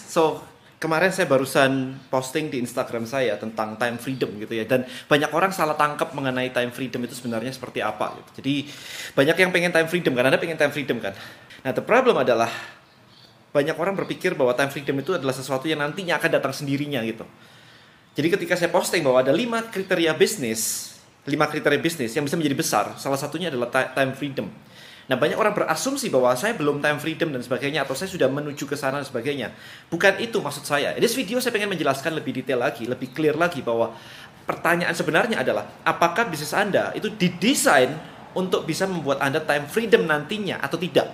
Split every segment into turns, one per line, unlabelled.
So, kemarin saya barusan posting di Instagram saya tentang time freedom gitu ya. Dan banyak orang salah tangkap mengenai time freedom itu sebenarnya seperti apa gitu. Jadi, banyak yang pengen time freedom kan. Anda pengen time freedom kan. Nah, the problem adalah banyak orang berpikir bahwa time freedom itu adalah sesuatu yang nantinya akan datang sendirinya gitu. Jadi ketika saya posting bahwa ada 5 kriteria bisnis yang bisa menjadi besar, salah satunya adalah time freedom. Nah, banyak orang berasumsi bahwa saya belum time freedom dan sebagainya, atau saya sudah menuju ke sana dan sebagainya. Bukan itu maksud saya. Di video saya pengen menjelaskan lebih detail lagi, lebih clear lagi bahwa pertanyaan sebenarnya adalah, apakah bisnis Anda itu didesain untuk bisa membuat Anda time freedom nantinya atau tidak?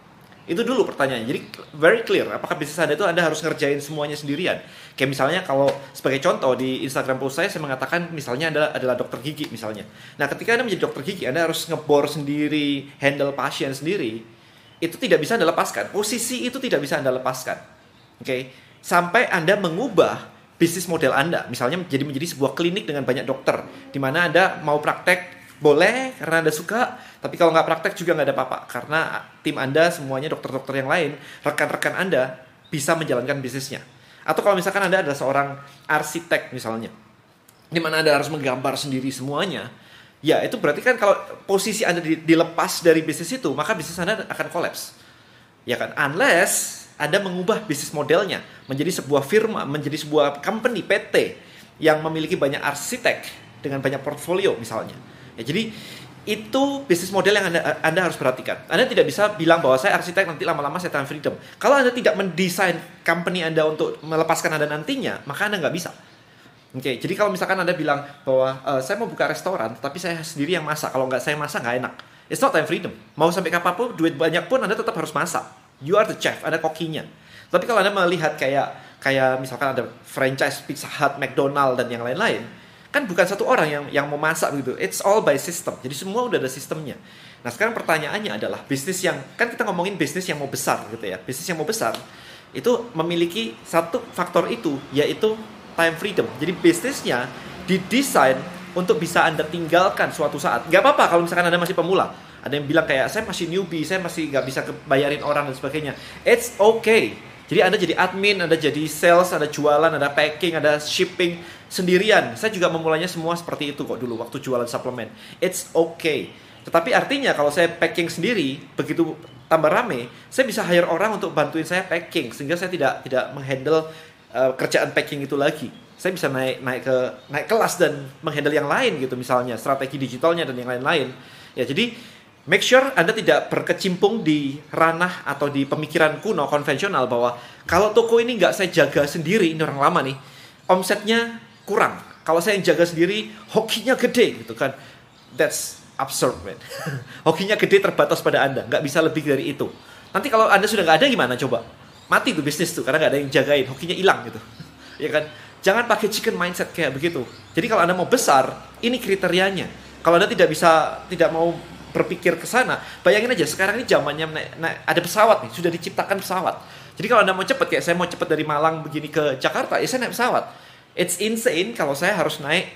Itu dulu pertanyaannya. Jadi very clear, apakah bisnis Anda itu Anda harus ngerjain semuanya sendirian? Kayak misalnya kalau sebagai contoh di Instagram post saya mengatakan misalnya Anda adalah dokter gigi misalnya. Nah, ketika Anda menjadi dokter gigi, Anda harus ngebor sendiri, handle pasien sendiri. Itu tidak bisa Anda lepaskan. Posisi itu tidak bisa Anda lepaskan. Oke? Sampai Anda mengubah bisnis model Anda. Misalnya menjadi sebuah klinik dengan banyak dokter, di mana Anda mau praktek boleh karena Anda suka, tapi kalau nggak praktek juga nggak ada apa-apa. Karena tim Anda semuanya dokter-dokter yang lain, rekan-rekan Anda bisa menjalankan bisnisnya. Atau kalau misalkan Anda adalah seorang arsitek misalnya, di mana Anda harus menggambar sendiri semuanya, ya itu berarti kan kalau posisi Anda dilepas dari bisnis itu, maka bisnis Anda akan kolaps. Ya kan? Unless Anda mengubah bisnis modelnya menjadi sebuah firma, menjadi sebuah company, PT, yang memiliki banyak arsitek dengan banyak portfolio misalnya. Ya, jadi itu bisnis model yang Anda harus perhatikan. Anda tidak bisa bilang bahwa saya arsitek nanti lama-lama saya time freedom. Kalau Anda tidak mendesain company Anda untuk melepaskan Anda nantinya, maka Anda nggak bisa. Oke, jadi kalau misalkan Anda bilang bahwa saya mau buka restoran, tapi saya sendiri yang masak. Kalau nggak saya masak nggak enak. It's not time freedom. Mau sampai kapanpun, duit banyak pun Anda tetap harus masak. You are the chef, Anda kokinya. Tapi kalau Anda melihat kayak misalkan ada franchise Pizza Hut, McDonald dan yang lain-lain, kan bukan satu orang yang mau masak begitu. It's all by system. Jadi semua udah ada sistemnya. Nah, sekarang pertanyaannya adalah bisnis yang, kan kita ngomongin bisnis yang mau besar gitu ya. Bisnis yang mau besar itu memiliki satu faktor itu, yaitu time freedom. Jadi bisnisnya didesain untuk bisa Anda tinggalkan suatu saat. Gak apa-apa kalau misalkan Anda masih pemula. Ada yang bilang kayak, saya masih newbie, saya masih gak bisa bayarin orang dan sebagainya. It's okay. Jadi Anda jadi admin, Anda jadi sales, ada jualan, ada packing, ada shipping sendirian. Saya juga memulainya semua seperti itu kok dulu waktu jualan suplemen. It's okay. Tetapi artinya kalau saya packing sendiri, begitu tambah rame, saya bisa hire orang untuk bantuin saya packing, sehingga saya tidak menghandle kerjaan packing itu lagi. Saya bisa naik kelas dan menghandle yang lain gitu, misalnya strategi digitalnya dan yang lain-lain. Ya, jadi make sure Anda tidak berkecimpung di ranah atau di pemikiran kuno konvensional bahwa kalau toko ini nggak saya jaga sendiri, ini orang lama nih, omsetnya kurang. Kalau saya yang jaga sendiri, hokinya gede gitu kan. That's absurd, man. Hokinya gede terbatas pada Anda, nggak bisa lebih dari itu. Nanti kalau Anda sudah nggak ada gimana coba? Mati tuh bisnis tuh, karena nggak ada yang jagain, hokinya hilang gitu. Ya kan? Jangan pakai chicken mindset kayak begitu. Jadi kalau Anda mau besar, ini kriterianya. Kalau Anda tidak mau berpikir ke sana, bayangin aja sekarang ini zamannya ada pesawat nih, sudah diciptakan pesawat. Jadi kalau Anda mau cepet, kayak saya mau cepet dari Malang begini ke Jakarta, ya saya naik pesawat. It's insane kalau saya harus naik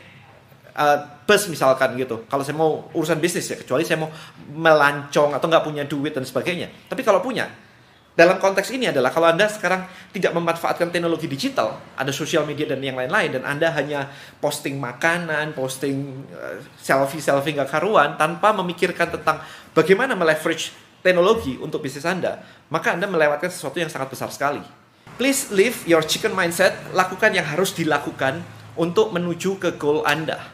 bus misalkan gitu. Kalau saya mau urusan bisnis ya, kecuali saya mau melancong atau nggak punya duit dan sebagainya. Tapi kalau punya, dalam konteks ini adalah kalau Anda sekarang tidak memanfaatkan teknologi digital, ada sosial media dan yang lain-lain, dan Anda hanya posting makanan, posting selfie nggak karuan, tanpa memikirkan tentang bagaimana meleverage teknologi untuk bisnis Anda, maka Anda melewatkan sesuatu yang sangat besar sekali. Please leave your chicken mindset, lakukan yang harus dilakukan untuk menuju ke goal Anda.